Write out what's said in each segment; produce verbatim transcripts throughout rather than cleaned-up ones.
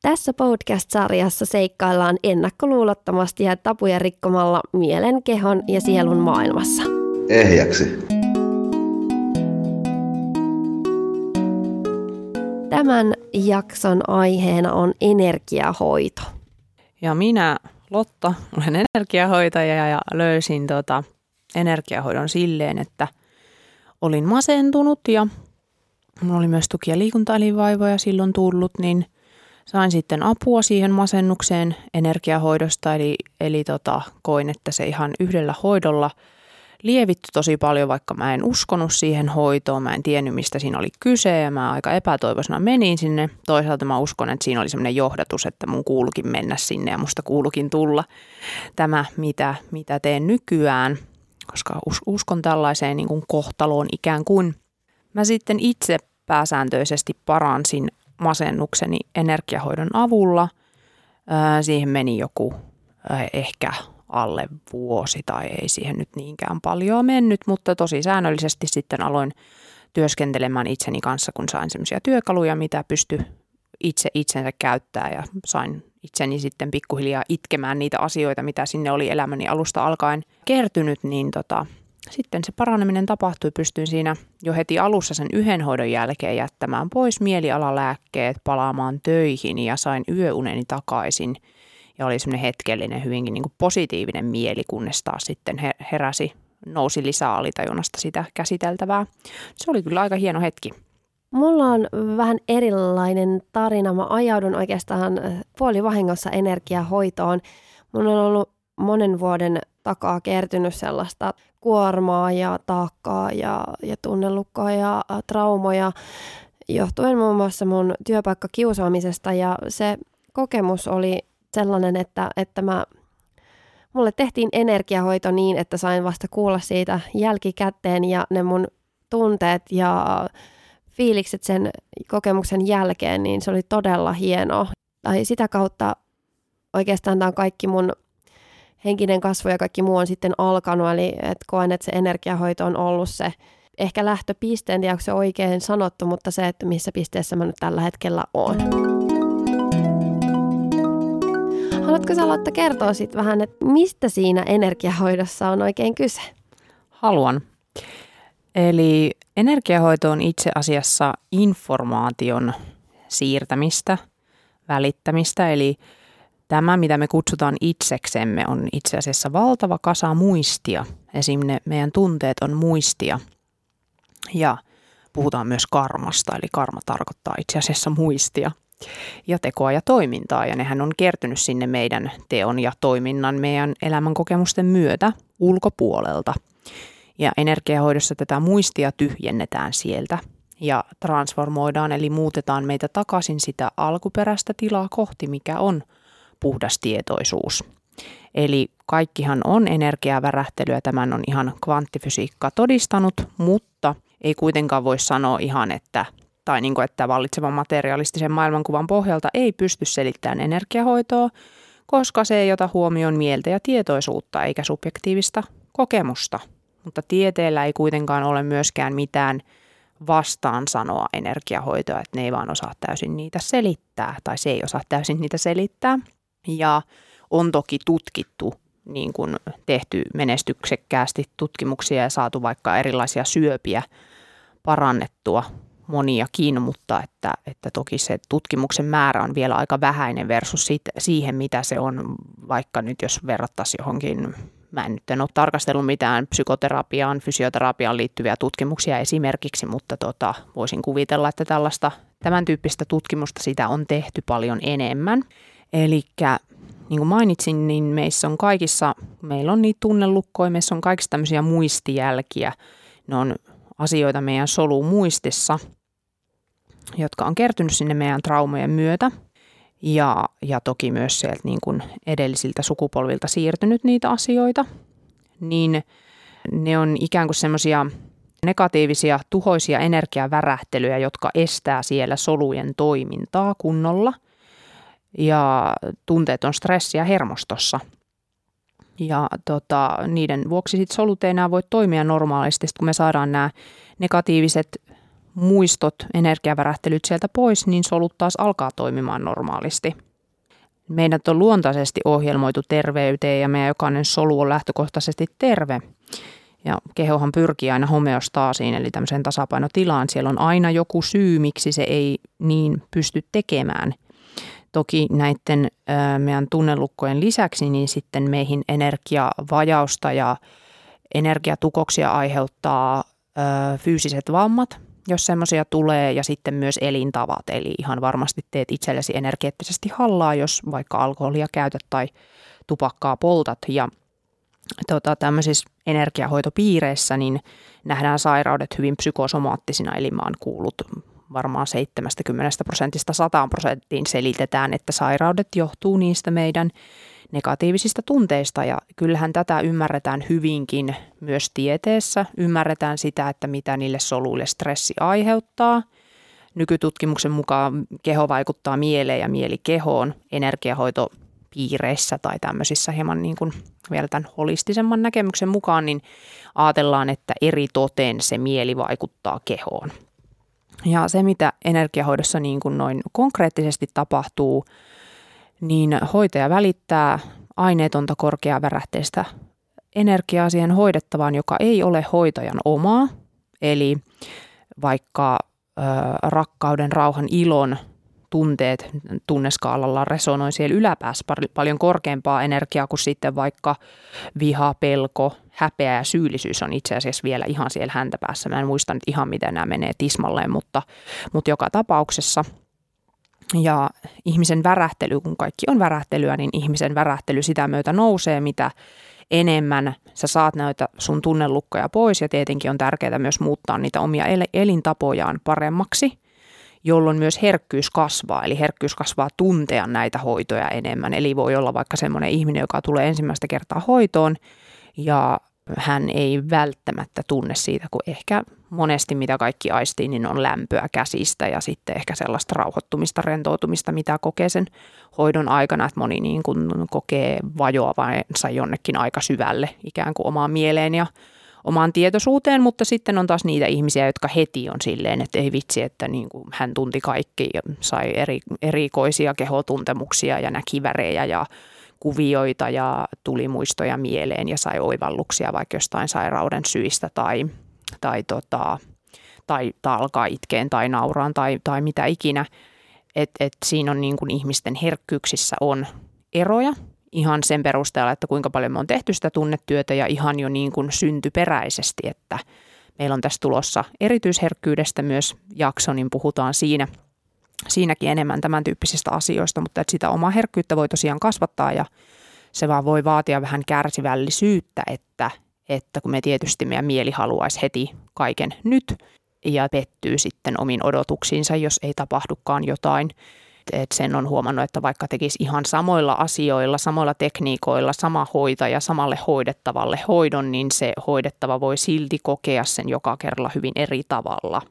Tässä podcast-sarjassa seikkaillaan ennakkoluulottomasti ja tabuja rikkomalla mielen, kehon ja sielun maailmassa. Ehjäksi. Tämän jakson aiheena on energiahoito. Ja minä, Lotta, olen energiahoitaja ja löysin tota energiahoidon silleen, että olin masentunut ja minulla oli myös tuki- ja liikuntaelinvaivoja silloin tullut, niin sain sitten apua siihen masennukseen energiahoidosta, eli, eli tota, koin, että se ihan yhdellä hoidolla lievittyi tosi paljon, vaikka mä en uskonut siihen hoitoon, mä en tiennyt mistä siinä oli kyse ja mä aika epätoivoisena menin sinne. Toisaalta mä uskon, että siinä oli semmoinen johdatus, että mun kuulukin mennä sinne ja musta kuulukin tulla tämä, mitä, mitä teen nykyään, koska uskon tällaiseen niin kuin kohtaloon ikään kuin. Mä sitten itse pääsääntöisesti paransin masennukseni energiahoidon avulla. Siihen meni joku ehkä alle vuosi tai ei siihen nyt niinkään paljon mennyt, mutta tosi säännöllisesti sitten aloin työskentelemään itseni kanssa, kun sain semmoisia työkaluja, mitä pystyi itse itsensä käyttää ja sain itseni sitten pikkuhiljaa itkemään niitä asioita, mitä sinne oli elämäni alusta alkaen kertynyt, niin tota, sitten se paraneminen tapahtui. Pystyin siinä jo heti alussa sen yhden hoidon jälkeen jättämään pois mielialalääkkeet, palaamaan töihin ja sain yöuneni takaisin. Ja oli semmoinen hetkellinen, hyvinkin niin kuin positiivinen mieli, kunnes taas sitten heräsi, nousi lisää alitajunnasta sitä käsiteltävää. Se oli kyllä aika hieno hetki. Mulla on vähän erilainen tarina. Mä ajaudun oikeastaan puolivahingossa energiahoitoon. Mulla on ollut monen vuoden takaa kertynyt sellaista kuormaa ja taakkaa ja, ja tunnelukkoa ja traumoja johtuen muun muassa mun työpaikkakiusaamisesta. Ja se kokemus oli sellainen, että, että mä, mulle tehtiin energiahoito niin, että sain vasta kuulla siitä jälkikäteen ja ne mun tunteet ja fiilikset sen kokemuksen jälkeen, niin se oli todella hienoa. Tai sitä kautta oikeastaan tämä on kaikki mun henkinen kasvu ja kaikki muu on sitten alkanut, eli että koen, että se energiahoito on ollut se ehkä lähtöpiste, en tiedä, onko se oikein sanottu, mutta se, että missä pisteessä mä nyt tällä hetkellä oon. Haluatko sä Lotta kertoa sitten vähän, että mistä siinä energiahoidossa on oikein kyse? Haluan. Eli energiahoito on itse asiassa informaation siirtämistä, välittämistä, eli tämä, mitä me kutsutaan itseksemme, on itse asiassa valtava kasa muistia. Esimerkiksi ne meidän tunteet on muistia ja puhutaan myös karmasta, eli karma tarkoittaa itse asiassa muistia ja tekoa ja toimintaa. Ja nehän on kertynyt sinne meidän teon ja toiminnan, meidän elämänkokemusten myötä ulkopuolelta. Ja energiahoidossa tätä muistia tyhjennetään sieltä ja transformoidaan, eli muutetaan meitä takaisin sitä alkuperäistä tilaa kohti, mikä on puhdas tietoisuus. Eli kaikkihan on energiavärähtelyä, tämän on ihan kvanttifysiikka todistanut, mutta ei kuitenkaan voi sanoa ihan, että, tai niin kuin, että vallitsevan materialistisen maailmankuvan pohjalta ei pysty selittämään energiahoitoa, koska se ei ota huomioon mieltä ja tietoisuutta eikä subjektiivista kokemusta. Mutta tieteellä ei kuitenkaan ole myöskään mitään vastaan sanoa energiahoitoa, että ne ei vaan osaa täysin niitä selittää, tai se ei osaa täysin niitä selittää. Ja on toki tutkittu, niin kuin tehty menestyksekkäästi tutkimuksia ja saatu vaikka erilaisia syöpiä parannettua moniakin, mutta että, että toki se tutkimuksen määrä on vielä aika vähäinen versus siitä, siihen, mitä se on, vaikka nyt jos verrattaisiin johonkin, mä en nyt en ole tarkastellut mitään psykoterapiaan, fysioterapiaan liittyviä tutkimuksia esimerkiksi, mutta tota, voisin kuvitella, että tällaista, tämän tyyppistä tutkimusta sitä on tehty paljon enemmän. Eli niin kuin mainitsin, niin meissä on kaikissa, meillä on niitä tunnelukkoja, meissä on kaikissa tämmöisiä muistijälkiä. Ne on asioita meidän solumuistissa, jotka on kertynyt sinne meidän traumojen myötä. Ja, ja toki myös sieltä niin kuin edellisiltä sukupolvilta siirtynyt niitä asioita. Niin ne on ikään kuin semmoisia negatiivisia, tuhoisia energiavärähtelyjä, jotka estää siellä solujen toimintaa kunnolla. Ja tunteet on stressiä hermostossa. Ja tota, niiden vuoksi sit solut ei enää voi toimia normaalisti, kun me saadaan nämä negatiiviset muistot, energiavärähtelyt sieltä pois, niin solut taas alkaa toimimaan normaalisti. Meidät on luontaisesti ohjelmoitu terveyteen ja meidän jokainen solu on lähtökohtaisesti terve. Ja kehohan pyrkii aina homeostaasiin, eli tämmöiseen tasapainotilaan. Siellä on aina joku syy, miksi se ei niin pysty tekemään. Toki näiden ä, meidän tunnelukkojen lisäksi, niin sitten meihin energiavajausta ja energiatukoksia aiheuttaa ä, fyysiset vammat, jos semmoisia tulee, ja sitten myös elintavat. Eli ihan varmasti teet itsellesi energeettisesti hallaa, jos vaikka alkoholia käytät tai tupakkaa poltat. Ja tota, tämmöisissä energiahoitopiireissä niin nähdään sairaudet hyvin psykosomaattisina, eli mä oon kuullut varmaan seitsemänkymmentä prosentista sataan prosenttiin selitetään, että sairaudet johtuu niistä meidän negatiivisista tunteista. Ja kyllähän tätä ymmärretään hyvinkin myös tieteessä. Ymmärretään sitä, että mitä niille soluille stressi aiheuttaa. Nykytutkimuksen mukaan keho vaikuttaa mieleen ja mieli kehoon energiahoitopiireissä tai tämmöisissä hieman niin kuin vielä tämän holistisemman näkemyksen mukaan, niin ajatellaan, että eri toteen se mieli vaikuttaa kehoon. Ja se, mitä energiahoidossa niin kuin noin konkreettisesti tapahtuu, niin hoitaja välittää aineetonta korkeavärähteistä energiaa siihen hoidettavaan, joka ei ole hoitajan omaa. Eli vaikka ö, rakkauden, rauhan, ilon tunteet tunneskaalalla resonoi siellä yläpäässä paljon korkeampaa energiaa kuin sitten vaikka viha, pelko, häpeä ja syyllisyys on itse asiassa vielä ihan siellä häntäpäässä. Mä en muista nyt ihan miten nämä menee tismalleen, mutta, mutta joka tapauksessa. Ja ihmisen värähtely, kun kaikki on värähtelyä, niin ihmisen värähtely sitä myötä nousee, mitä enemmän sä saat näitä sun tunnelukkoja pois. Ja tietenkin on tärkeää myös muuttaa niitä omia elintapojaan paremmaksi, jolloin myös herkkyys kasvaa. Eli herkkyys kasvaa tuntea näitä hoitoja enemmän. Eli voi olla vaikka semmoinen ihminen, joka tulee ensimmäistä kertaa hoitoon ja hän ei välttämättä tunne siitä, kun ehkä monesti mitä kaikki aistii, niin on lämpöä käsistä ja sitten ehkä sellaista rauhoittumista, rentoutumista, mitä kokee sen hoidon aikana, että moni niin kuin kokee vajoavansa jonnekin aika syvälle ikään kuin omaan mieleen ja omaan tietoisuuteen, mutta sitten on taas niitä ihmisiä, jotka heti on silleen, että ei vitsi, että niin kuin hän tunti kaikki ja sai eri, erikoisia kehotuntemuksia ja näki värejä ja kuvioita ja tuli muistoja mieleen ja sai oivalluksia vaikka jostain sairauden syistä tai, tai, tota, tai, tai alkaa itkeen tai nauraan tai, tai mitä ikinä. Et, et siinä on niin kuin ihmisten herkkyyksissä on eroja ihan sen perusteella, että kuinka paljon me on tehty sitä tunnetyötä ja ihan jo niin kuin syntyperäisesti, että meillä on tässä tulossa erityisherkkyydestä myös jakso, niin puhutaan siinä. Siinäkin enemmän tämän tyyppisistä asioista, mutta että sitä omaa herkkyyttä voi tosiaan kasvattaa ja se vaan voi vaatia vähän kärsivällisyyttä, että, että kun me tietysti meidän mieli haluaisi heti kaiken nyt ja pettyy sitten omiin odotuksiinsa, jos ei tapahdukaan jotain. Et sen on huomannut, että vaikka tekisi ihan samoilla asioilla, samoilla tekniikoilla, sama hoitaja samalle hoidettavalle hoidon, niin se hoidettava voi silti kokea sen joka kerralla hyvin eri tavalla.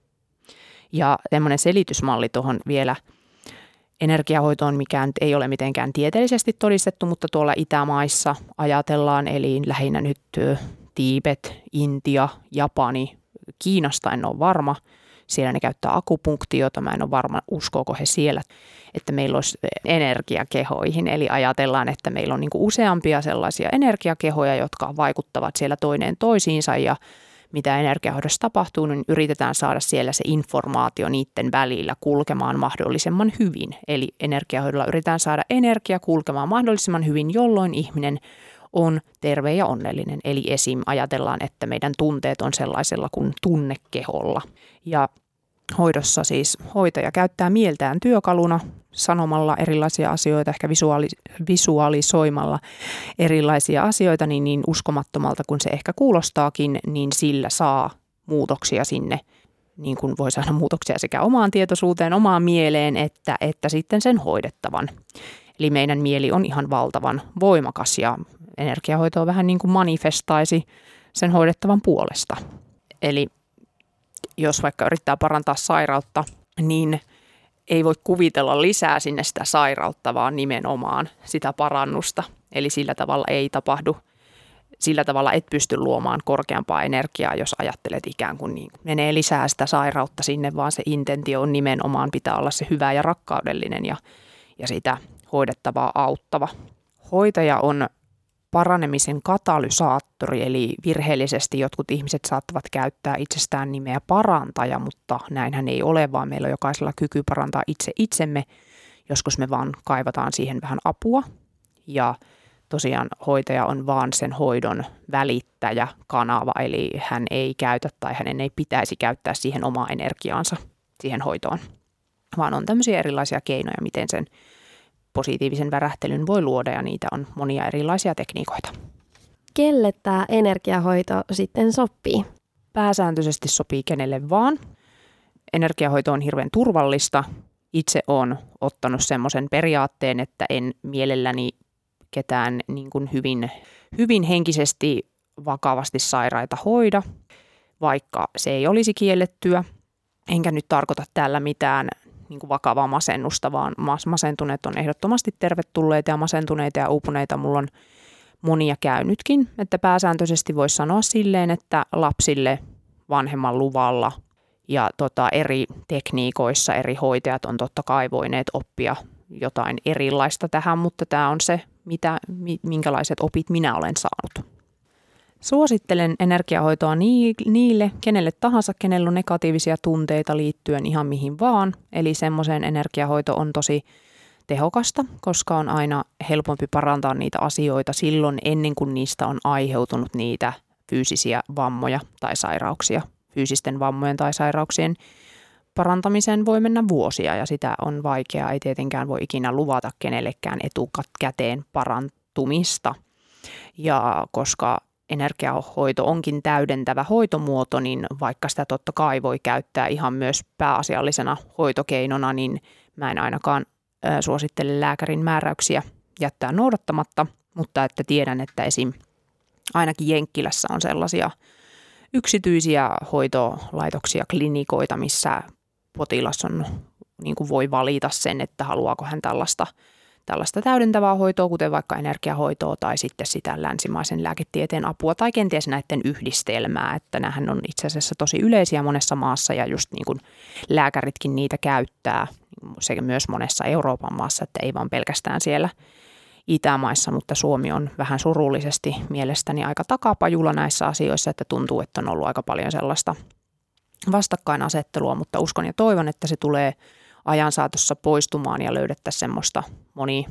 Ja tämmöinen selitysmalli tuohon vielä energiahoitoon, mikä nyt ei ole mitenkään tieteellisesti todistettu, mutta tuolla Itämaissa ajatellaan, eli lähinnä nyt Tiibet, Intia, Japani, Kiinasta en ole varma. Siellä ne käyttää akupunktiota, mä en ole varma, uskooko he siellä, että meillä olisi energiakehoihin. Eli ajatellaan, että meillä on niin kuin useampia sellaisia energiakehoja, jotka vaikuttavat siellä toineen toisiinsa ja mitä energiahoidossa tapahtuu, niin yritetään saada siellä se informaatio niiden välillä kulkemaan mahdollisimman hyvin. Eli energiahoidolla yritetään saada energia kulkemaan mahdollisimman hyvin, jolloin ihminen on terve ja onnellinen. Eli esim. Ajatellaan, että meidän tunteet on sellaisella kuin tunnekeholla. Ja hoidossa siis hoitaja käyttää mieltään työkaluna sanomalla erilaisia asioita, ehkä visuaali- visualisoimalla erilaisia asioita, niin, niin uskomattomalta kuin se ehkä kuulostaakin, niin sillä saa muutoksia sinne, niin kuin voi saada muutoksia sekä omaan tietoisuuteen, omaan mieleen, että, että sitten sen hoidettavan. Eli meidän mieli on ihan valtavan voimakas ja energiahoito on vähän niin kuin manifestaisi sen hoidettavan puolesta. Eli jos vaikka yrittää parantaa sairautta, niin ei voi kuvitella lisää sinne sitä sairautta, vaan nimenomaan sitä parannusta. Eli sillä tavalla ei tapahdu sillä tavalla et pysty luomaan korkeampaa energiaa, jos ajattelet ikään kuin niin, menee lisää sitä sairautta sinne, vaan se intentio on nimenomaan pitää olla se hyvä ja rakkaudellinen ja, ja sitä hoidettavaa auttava. Hoitaja on paranemisen katalysaattori, eli virheellisesti jotkut ihmiset saattavat käyttää itsestään nimeä parantaja, mutta näinhän ei ole, vaan meillä on jokaisella kyky parantaa itse itsemme. Joskus me vaan kaivataan siihen vähän apua ja tosiaan hoitaja on vaan sen hoidon välittäjä, kanava, eli hän ei käytä tai hänen ei pitäisi käyttää siihen omaa energiaansa siihen hoitoon, vaan on tämmöisiä erilaisia keinoja, miten sen positiivisen värähtelyn voi luoda ja niitä on monia erilaisia tekniikoita. Kelle tämä energiahoito sitten sopii? Pääsääntöisesti sopii kenelle vaan. Energiahoito on hirveän turvallista. Itse olen ottanut semmoisen periaatteen, että en mielelläni ketään niin kuin hyvin, hyvin henkisesti vakavasti sairaita hoida, vaikka se ei olisi kiellettyä. Enkä nyt tarkoita tällä mitään niin kuin vakavaa masennusta, vaan masentuneet on ehdottomasti tervetulleita ja masentuneita ja uupuneita. Mulla on monia käynytkin, että pääsääntöisesti voisi sanoa silleen, että lapsille vanhemman luvalla ja tota, eri tekniikoissa eri hoitajat on totta kai voineet oppia jotain erilaista tähän, mutta tämä on se, mitä, minkälaiset opit minä olen saanut. Suosittelen energiahoitoa niille, kenelle tahansa, kenellä on negatiivisia tunteita liittyen ihan mihin vaan. Eli semmoiseen energiahoito on tosi tehokasta, koska on aina helpompi parantaa niitä asioita silloin ennen kuin niistä on aiheutunut niitä fyysisiä vammoja tai sairauksia. Fyysisten vammojen tai sairauksien parantamiseen voi mennä vuosia ja sitä on vaikeaa. Ei tietenkään voi ikinä luvata kenellekään etukäteen parantumista. Ja koska energiahoito onkin täydentävä hoitomuoto, niin vaikka sitä totta kai voi käyttää ihan myös pääasiallisena hoitokeinona, niin mä en ainakaan suosittele lääkärin määräyksiä jättää noudattamatta, mutta että tiedän, että esim. Ainakin Jenkkilässä on sellaisia yksityisiä hoitolaitoksia, klinikoita, missä potilas on, niin kuin voi valita sen, että haluaako hän tällaista Tällaista täydentävää hoitoa, kuten vaikka energiahoitoa tai sitten sitä länsimaisen lääketieteen apua tai kenties näiden yhdistelmää, että nämähän on itse asiassa tosi yleisiä monessa maassa ja just niin kuin lääkäritkin niitä käyttää sekä myös monessa Euroopan maassa, että ei vaan pelkästään siellä Itämaissa, mutta Suomi on vähän surullisesti mielestäni aika takapajulla näissä asioissa, että tuntuu, että on ollut aika paljon sellaista vastakkainasettelua, mutta uskon ja toivon, että se tulee ajan saatossa poistumaan ja löydettäisiin semmoista moni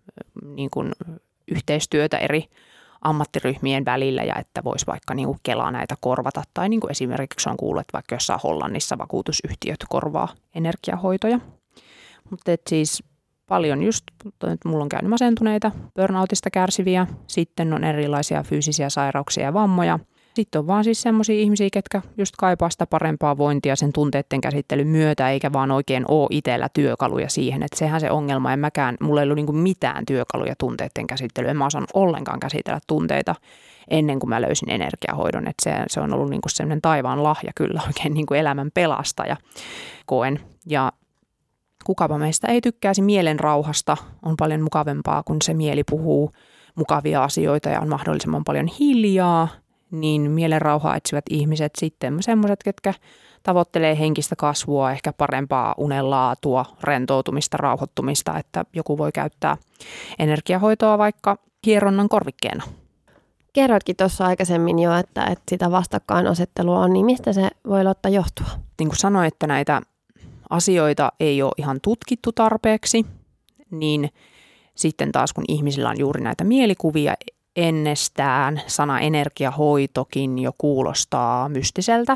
niin kuin, yhteistyötä eri ammattiryhmien välillä ja että voisi vaikka niin kuin Kela näitä korvata tai niin kuin esimerkiksi on kuullut, että vaikka jossain Hollannissa vakuutusyhtiöt korvaa energiahoitoja. Mutta siis paljon just, että mulla on käynyt masentuneita, burnoutista kärsiviä, sitten on erilaisia fyysisiä sairauksia ja vammoja. Sitten on vaan siis semmoisia ihmisiä, ketkä just kaipaa sitä parempaa vointia sen tunteiden käsittelyn myötä, eikä vaan oikein ole itsellä työkaluja siihen. Että sehän se ongelma, en mäkään, mulla ei ollut niinku mitään työkaluja tunteiden käsittelyyn. En mä osannut ollenkaan käsitellä tunteita ennen kuin mä löysin energiahoidon. Että se, se on ollut niinku semmoinen taivaan lahja kyllä, oikein niinku elämän pelastaja koen. Ja kukapa meistä ei tykkäisi mielen rauhasta, on paljon mukavampaa, kun se mieli puhuu mukavia asioita ja on mahdollisimman paljon hiljaa. Niin mielenrauhaa etsivät ihmiset sitten semmoiset, ketkä tavoittelee henkistä kasvua, ehkä parempaa unenlaatua, rentoutumista, rauhoittumista, että joku voi käyttää energiahoitoa vaikka hieronnan korvikkeena. Kerroitkin tuossa aikaisemmin jo, että, että sitä vastakkainasettelua on, niin mistä se voi ottaa johtua? Niin kuin sanoin, että näitä asioita ei ole ihan tutkittu tarpeeksi, niin sitten taas kun ihmisillä on juuri näitä mielikuvia, ennestään sana energiahoitokin jo kuulostaa mystiseltä.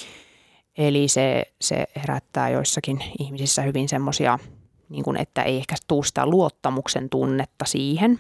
Eli se, se herättää joissakin ihmisissä hyvin semmoisia, niin kuin, että ei ehkä tule sitä luottamuksen tunnetta siihen.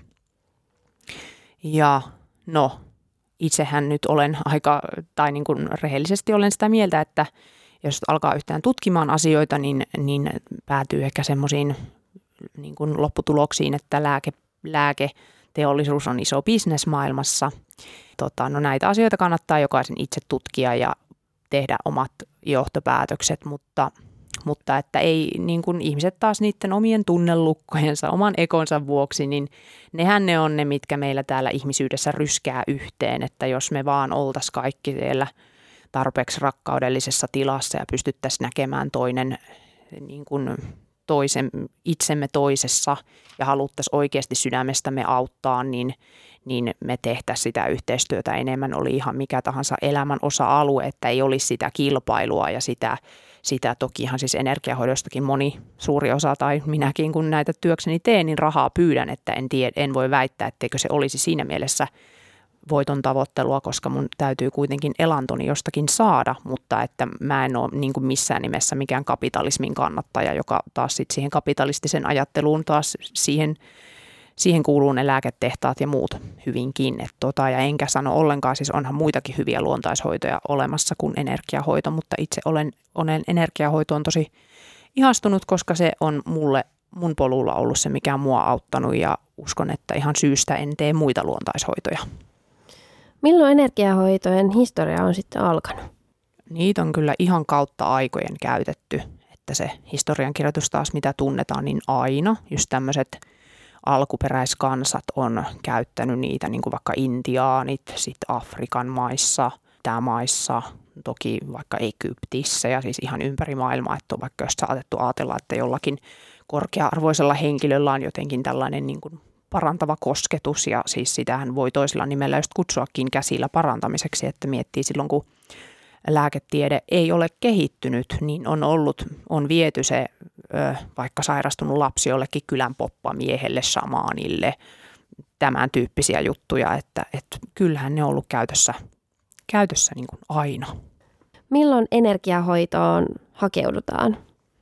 Ja no, itsehän nyt olen aika, tai niin kuin rehellisesti olen sitä mieltä, että jos alkaa yhtään tutkimaan asioita, niin, niin päätyy ehkä semmoisiin niin kuin lopputuloksiin, että lääke, lääke teollisuus on iso bisnes maailmassa. Tota, no näitä asioita kannattaa jokaisen itse tutkia ja tehdä omat johtopäätökset, mutta Mutta että ei niin kuin ihmiset taas niiden omien tunnelukkojensa, oman ekonsa vuoksi, niin nehän ne on ne, mitkä meillä täällä ihmisyydessä ryskää yhteen, että jos me vaan oltaisiin kaikki siellä tarpeeksi rakkaudellisessa tilassa ja pystyttäisiin näkemään toinen niin kuin toisen, itsemme toisessa ja haluttaisiin oikeasti sydämestämme auttaa, niin, niin me tehtäisiin sitä yhteistyötä enemmän, oli ihan mikä tahansa elämän osa-alue, että ei olisi sitä kilpailua ja sitä, sitä tokihan siis energiahoidostakin moni suuri osa tai minäkin kun näitä työkseni teen, niin rahaa pyydän, että en, tiedä, en voi väittää, etteikö se olisi siinä mielessä voiton tavoittelua, koska mun täytyy kuitenkin elantoni jostakin saada, mutta että mä en ole niin kuin missään nimessä mikään kapitalismin kannattaja, joka taas sit siihen kapitalistisen ajatteluun taas siihen, siihen kuuluu ne lääketehtaat ja muut hyvinkin. Et tota, ja enkä sano ollenkaan, siis onhan muitakin hyviä luontaishoitoja olemassa kuin energiahoito, mutta itse olen, olen energiahoitoon tosi ihastunut, koska se on mulle mun polulla ollut se, mikä mua auttanut ja uskon, että ihan syystä en tee muita luontaishoitoja. Milloin energiahoitojen historia on sitten alkanut? Niitä on kyllä ihan kautta aikojen käytetty, että se historiankirjoitus taas mitä tunnetaan, niin aina just tämmöiset alkuperäiskansat on käyttänyt niitä, niin kuin vaikka intiaanit, sitten Afrikan maissa, maissa, toki vaikka Egyptissä ja siis ihan ympäri maailmaa, että on vaikka jos saatettu ajatella, että jollakin korkea-arvoisella henkilöllä on jotenkin tällainen niin kuin parantava kosketus ja siis sitähän voi toisella nimellä just kutsuakin käsillä parantamiseksi, että miettii silloin kun lääketiede ei ole kehittynyt, niin on ollut, on viety se ö, vaikka sairastunut lapsi jollekin kylän poppamiehelle, shamaanille, tämän tyyppisiä juttuja, että et kyllähän ne on ollut käytössä, käytössä niin kuin aina. Milloin energiahoitoon hakeudutaan?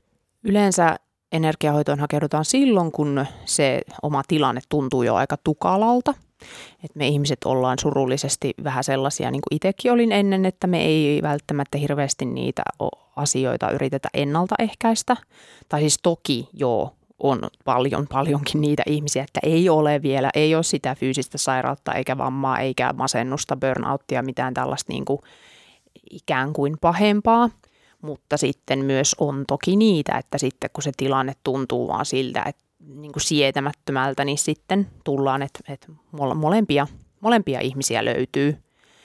Yleensä energiahoitoon hakeudutaan silloin, kun se oma tilanne tuntuu jo aika tukalalta. Et me ihmiset ollaan surullisesti vähän sellaisia, niin kuin itsekin olin ennen, että me ei välttämättä hirveästi niitä asioita yritetä ennaltaehkäistä. Tai siis toki joo, on paljon paljonkin niitä ihmisiä, että ei ole vielä, ei ole sitä fyysistä sairautta eikä vammaa eikä masennusta, burnouttia, mitään tällaista niin kuin ikään kuin pahempaa. Mutta sitten myös on toki niitä, että sitten kun se tilanne tuntuu vaan siltä, että niin kuin sietämättömältä, niin sitten tullaan, että, että molempia, molempia ihmisiä löytyy.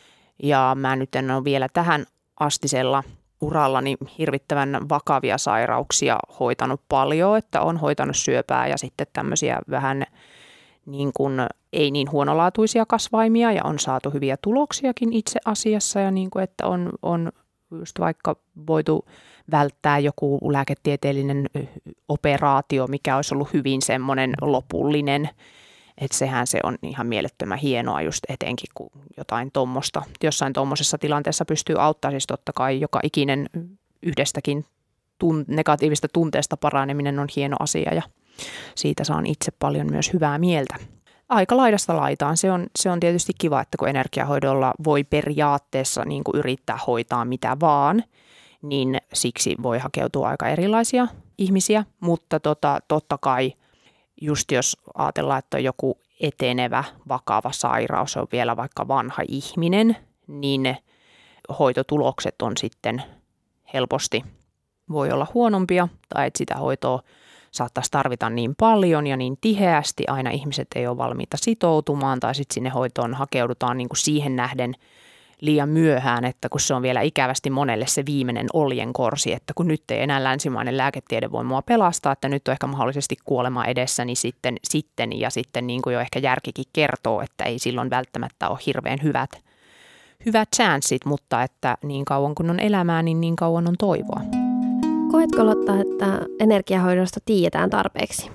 Ja mä nyt en ole vielä tähän astisella urallani hirvittävän vakavia sairauksia hoitanut paljon, että on hoitanut syöpää ja sitten tämmöisiä vähän niin kuin ei niin huonolaatuisia kasvaimia ja on saatu hyviä tuloksiakin itse asiassa ja niin kuin, että on, on just vaikka voitu välttää joku lääketieteellinen operaatio, mikä olisi ollut hyvin semmoinen lopullinen, että sehän se on ihan mielettömän hienoa just etenkin, kun jotain tommosta, jossain tommosessa tilanteessa pystyy auttamaan, siis totta kai joka ikinen yhdestäkin tun- negatiivista tunteesta paraneminen on hieno asia ja siitä saan itse paljon myös hyvää mieltä. Aika laidasta laitaan. Se on, se on tietysti kiva, että kun energiahoidolla voi periaatteessa niin kuin yrittää hoitaa mitä vaan, niin siksi voi hakeutua aika erilaisia ihmisiä, mutta tota, totta kai just jos ajatellaan, että on joku etenevä, vakava sairaus, on vielä vaikka vanha ihminen, niin hoitotulokset on sitten helposti, voi olla huonompia tai että sitä hoitoa saattaisi tarvita niin paljon ja niin tiheästi, aina ihmiset ei ole valmiita sitoutumaan tai sitten sinne hoitoon hakeudutaan niin kuin siihen nähden liian myöhään, että kun se on vielä ikävästi monelle se viimeinen oljenkorsi, että kun nyt ei enää länsimainen lääketiede voi mua pelastaa, että nyt on ehkä mahdollisesti kuolema edessä, niin sitten, sitten ja sitten niin kuin jo ehkä järkikin kertoo, että ei silloin välttämättä ole hirveän hyvät, hyvät chanssit, mutta että niin kauan kun on elämää, niin niin kauan on toivoa. Koetko, Lotta, että energiahoidosta tiedetään tarpeeksi?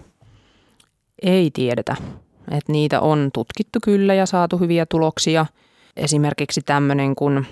Ei tiedetä. Että niitä on tutkittu kyllä ja saatu hyviä tuloksia. Esimerkiksi tämmöinen kuin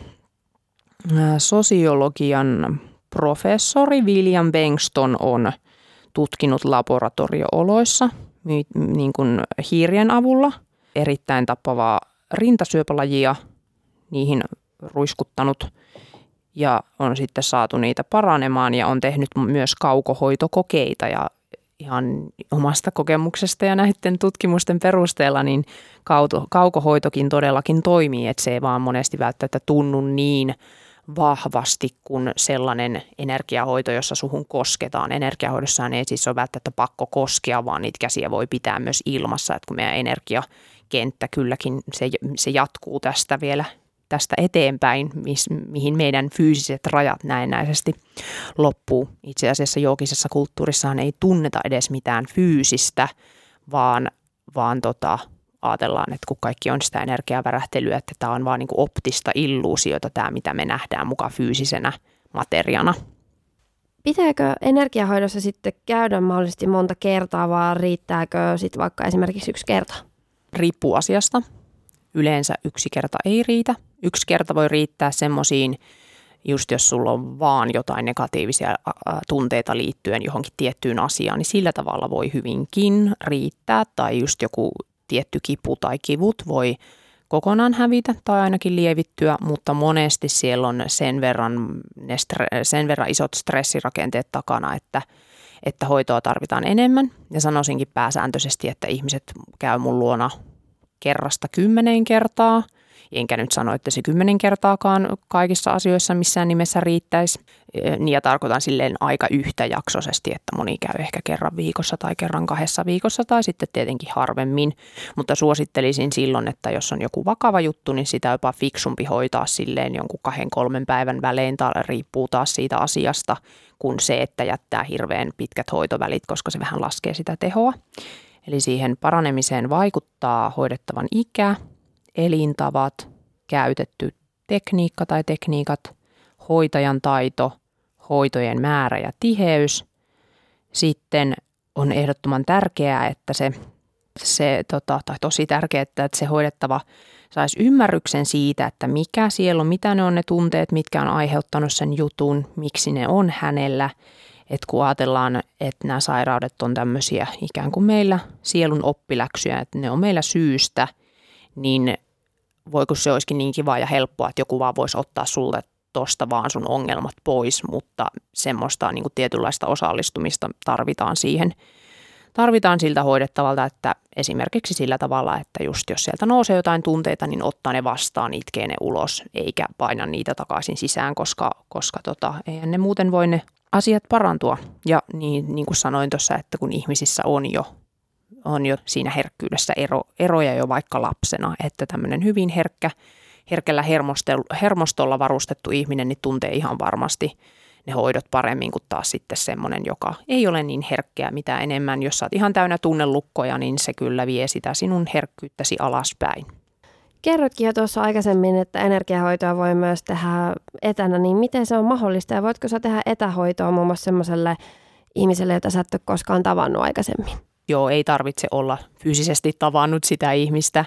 sosiologian professori William Bengston on tutkinut laboratorio-oloissa niin kuin hiirien avulla erittäin tappavaa rintasyöpälajia, niihin ruiskuttanut ja on sitten saatu niitä paranemaan ja on tehnyt myös kaukohoitokokeita ja ihan omasta kokemuksesta ja näiden tutkimusten perusteella niin kaukohoitokin todellakin toimii, että se ei vaan monesti välttämättä tunnu niin vahvasti kuin sellainen energiahoito, jossa suhun kosketaan. Energiahoidossahan ei siis ole välttämättä pakko koskea, vaan niitä käsiä voi pitää myös ilmassa, että kun meidän energiakenttä kylläkin se, se jatkuu tästä vielä tästä eteenpäin, mis, mihin meidän fyysiset rajat näennäisesti loppuu. Itse asiassa joogisessa kulttuurissahan ei tunneta edes mitään fyysistä, vaan, vaan tota, ajatellaan, että kun kaikki on sitä energiavärähtelyä, että tämä on vaan niin kuin optista illuusiota, tämä mitä me nähdään mukaan fyysisenä materiana. Pitääkö energiahoidossa sitten käydä mahdollisesti monta kertaa, vaan riittääkö sitten vaikka esimerkiksi yksi kerta? Riippuu asiasta. Yleensä yksi kerta ei riitä. Yksi kerta voi riittää semmoisiin, just jos sulla on vaan jotain negatiivisia tunteita liittyen johonkin tiettyyn asiaan, niin sillä tavalla voi hyvinkin riittää. Tai just joku tietty kipu tai kivut voi kokonaan hävitä tai ainakin lievittyä, mutta monesti siellä on sen verran, ne stre- sen verran isot stressirakenteet takana, että, että hoitoa tarvitaan enemmän. Ja sanoisinkin pääsääntöisesti, että ihmiset käy mun luona kerrasta kymmenen kertaa. Enkä nyt sano, että se kymmenen kertaakaan kaikissa asioissa missään nimessä riittäisi. Ja tarkoitan silleen aika yhtäjaksoisesti, että moni käy ehkä kerran viikossa tai kerran kahdessa viikossa tai sitten tietenkin harvemmin. Mutta suosittelisin silloin, että jos on joku vakava juttu, niin sitä jopa fiksumpi hoitaa silleen jonkun kahden kolmen päivän välein, tai riippuu taas siitä asiasta, kuin se, että jättää hirveän pitkät hoitovälit, koska se vähän laskee sitä tehoa. Eli siihen paranemiseen vaikuttaa hoidettavan ikä, elintavat, käytetty tekniikka tai tekniikat, hoitajan taito, hoitojen määrä ja tiheys. Sitten on ehdottoman tärkeää, että se, se tota, tai tosi tärkeää, että se hoidettava saisi ymmärryksen siitä, että mikä siellä on, mitä ne on ne tunteet, mitkä on aiheuttanut sen jutun, miksi ne on hänellä. Että kun ajatellaan, että nämä sairaudet on tämmöisiä ikään kuin meillä sielun oppiläksyjä, että ne on meillä syystä, niin voiko se olisikin niin kiva ja helppoa, että joku vaan voisi ottaa sulta tuosta vaan sun ongelmat pois, mutta semmoista niin kuin tietynlaista osallistumista tarvitaan siihen. Tarvitaan siltä hoidettavalta, että esimerkiksi sillä tavalla, että just jos sieltä nousee jotain tunteita, niin ottaa ne vastaan, itkee ne ulos, eikä paina niitä takaisin sisään, koska, koska tota, eihän ne muuten voi ne asiat parantua. Ja niin, niin kuin sanoin tuossa, että kun ihmisissä on jo, on jo siinä herkkyydessä ero, eroja jo vaikka lapsena, että tämmöinen hyvin herkkä, herkällä hermostolla varustettu ihminen niin tuntee ihan varmasti ne hoidot paremmin kuin taas sitten semmoinen, joka ei ole niin herkkeä, mitä enemmän. Jos sä oot ihan täynnä tunnelukkoja, niin se kyllä vie sitä sinun herkkyyttäsi alaspäin. Kerrotkin jo tuossa aikaisemmin, että energiahoitoa voi myös tehdä etänä, niin miten se on mahdollista ja voitko sä tehdä etähoitoa muun muassa semmoiselle ihmiselle, jota sä et ole koskaan tavannut aikaisemmin? Joo, ei tarvitse olla fyysisesti tavannut sitä ihmistä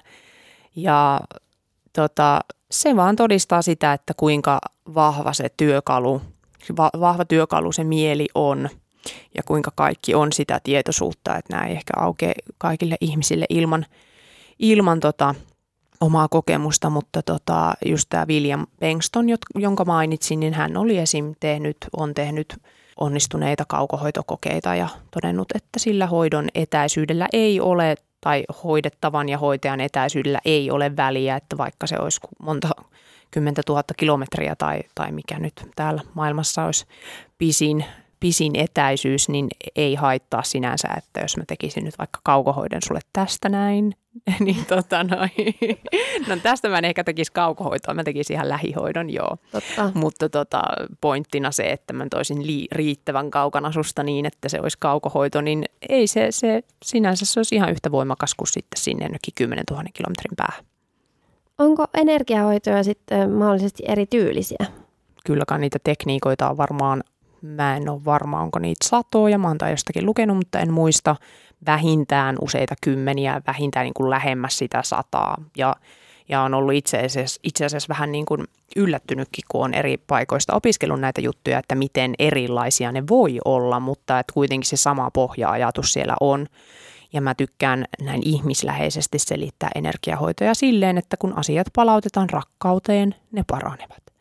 ja tota, se vaan todistaa sitä, että kuinka vahva se työkalu, vahva työkalu se mieli on ja kuinka kaikki on sitä tietoisuutta, että nämä ei ehkä aukea kaikille ihmisille ilman, ilman tota, omaa kokemusta, mutta tota, just tämä William Bengston, jonka mainitsin, niin hän oli esim. tehnyt, on tehnyt onnistuneita kaukohoitokokeita ja todennut, että sillä hoidon etäisyydellä ei ole, tai hoidettavan ja hoitajan etäisyydellä ei ole väliä, että vaikka se olisi monta kymmentä tuhatta kilometriä tai, tai mikä nyt täällä maailmassa olisi pisin, pisin etäisyys, niin ei haittaa sinänsä, että jos mä tekisin nyt vaikka kaukohoidon sulle tästä näin, niin tota noin. No tästä mä en ehkä tekisi kaukohoitoa, mä tekisin ihan lähihoidon, joo. Totta. Mutta tota, pointtina se, että mä toisin li- riittävän kaukana susta niin, että se olisi kaukohoito, niin ei se, se sinänsä se olisi ihan yhtä voimakas kuin sitten sinne nytkin kymmenen tuhatta kilometrin päähän. Onko energiahoitoja sitten mahdollisesti eri tyylisiä? Kylläkään niitä tekniikoita on varmaan, mä en ole varma, onko niitä satoja, mä oon tai jostakin lukenut, mutta en muista. Vähintään useita kymmeniä, vähintään niin kuin lähemmäs sitä sataa. Ja, ja on ollut itse asiassa, itse asiassa vähän niin kuin yllättynytkin, kun on eri paikoista opiskellut näitä juttuja, että miten erilaisia ne voi olla, mutta että kuitenkin se sama pohja-ajatus siellä on. Ja mä tykkään näin ihmisläheisesti selittää energiahoitoja silleen, että kun asiat palautetaan rakkauteen, ne paranevat.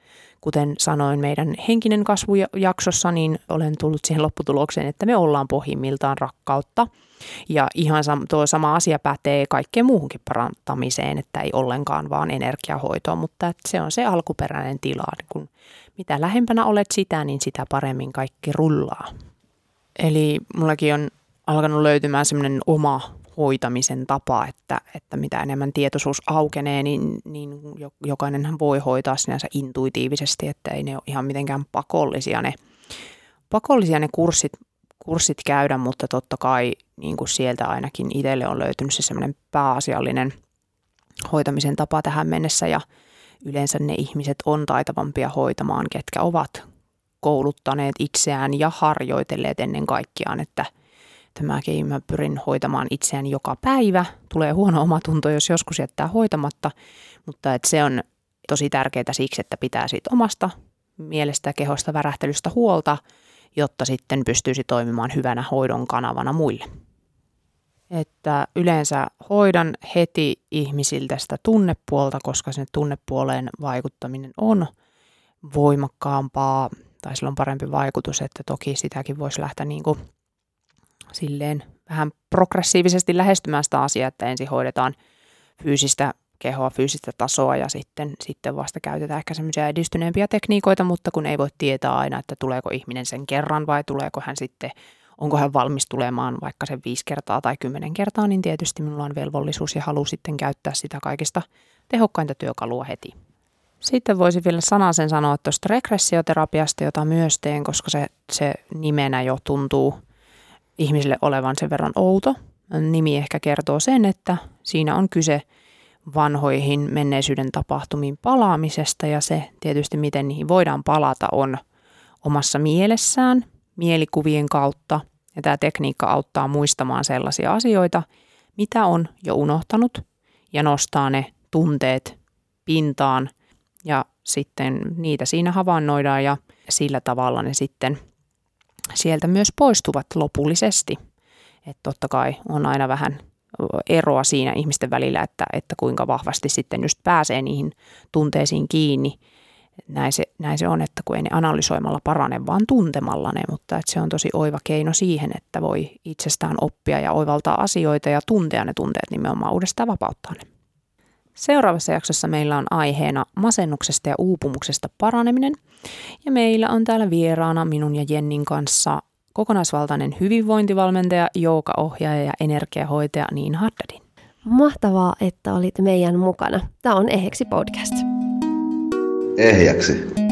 kuten sanoin meidän henkinen kasvujaksossa, niin olen tullut siihen lopputulokseen, että me ollaan pohjimmiltaan rakkautta. Ja ihan tuo sama asia pätee kaikkeen muuhunkin parantamiseen, että ei ollenkaan vaan energiahoitoa, mutta se on se alkuperäinen tila. Kun mitä lähempänä olet sitä, niin sitä paremmin kaikki rullaa. Eli mullakin on alkanut löytymään semmoinen oma hoitamisen tapa, että, että mitä enemmän tietoisuus aukenee, niin, niin jokainenhan voi hoitaa sinänsä intuitiivisesti, että ei ne ole ihan mitenkään pakollisia ne, pakollisia ne kurssit, kurssit käydä, mutta totta kai niin kuin sieltä ainakin itselle on löytynyt se semmoinen pääasiallinen hoitamisen tapa tähän mennessä ja yleensä ne ihmiset on taitavampia hoitamaan, ketkä ovat kouluttaneet itseään ja harjoitelleet ennen kaikkiaan, että tämäkin mä pyrin hoitamaan itseäni joka päivä. Tulee huono omatunto, jos joskus jättää hoitamatta, mutta että se on tosi tärkeää siksi, että pitää siitä omasta mielestä ja kehosta värähtelystä huolta, jotta sitten pystyisi toimimaan hyvänä hoidon kanavana muille. Että yleensä hoidan heti ihmisiltä sitä tunnepuolta, koska sinne tunnepuoleen vaikuttaminen on voimakkaampaa tai sillä on parempi vaikutus, että toki sitäkin voisi lähteä niin kuin silleen vähän progressiivisesti lähestymään sitä asiaa, että ensin hoidetaan fyysistä kehoa, fyysistä tasoa ja sitten, sitten vasta käytetään ehkä semmoisia edistyneempiä tekniikoita, mutta kun ei voi tietää aina, että tuleeko ihminen sen kerran vai tuleeko hän sitten, onko hän valmis tulemaan vaikka sen viisi kertaa tai kymmenen kertaa, niin tietysti minulla on velvollisuus ja halu sitten käyttää sitä kaikista tehokkainta työkalua heti. Sitten voisin vielä sanasen sanoa tuosta regressioterapiasta, jota myös teen, koska se, se nimenä jo tuntuu ihmisille olevan sen verran outo. Nimi ehkä kertoo sen, että siinä on kyse vanhoihin menneisyyden tapahtumiin palaamisesta ja se tietysti miten niihin voidaan palata on omassa mielessään, mielikuvien kautta. Ja tämä tekniikka auttaa muistamaan sellaisia asioita, mitä on jo unohtanut ja nostaa ne tunteet pintaan ja sitten niitä siinä havainnoidaan ja sillä tavalla ne sitten sieltä myös poistuvat lopullisesti. Että totta kai on aina vähän eroa siinä ihmisten välillä, että, että kuinka vahvasti sitten just pääsee niihin tunteisiin kiinni. Näin se, näin se on, että kun ei ne analysoimalla parane, vaan tuntemalla ne, mutta että se on tosi oiva keino siihen, että voi itsestään oppia ja oivaltaa asioita ja tuntea ne tunteet nimenomaan uudestaan vapauttaa ne. Seuraavassa jaksossa meillä on aiheena masennuksesta ja uupumuksesta paraneminen ja meillä on täällä vieraana minun ja Jennin kanssa kokonaisvaltainen hyvinvointivalmentaja, joogaohjaaja ja energiahoitaja Niina Haddadin. Mahtavaa, että olit meidän mukana. Tämä on Ehjäksi podcast. Ehjäksi.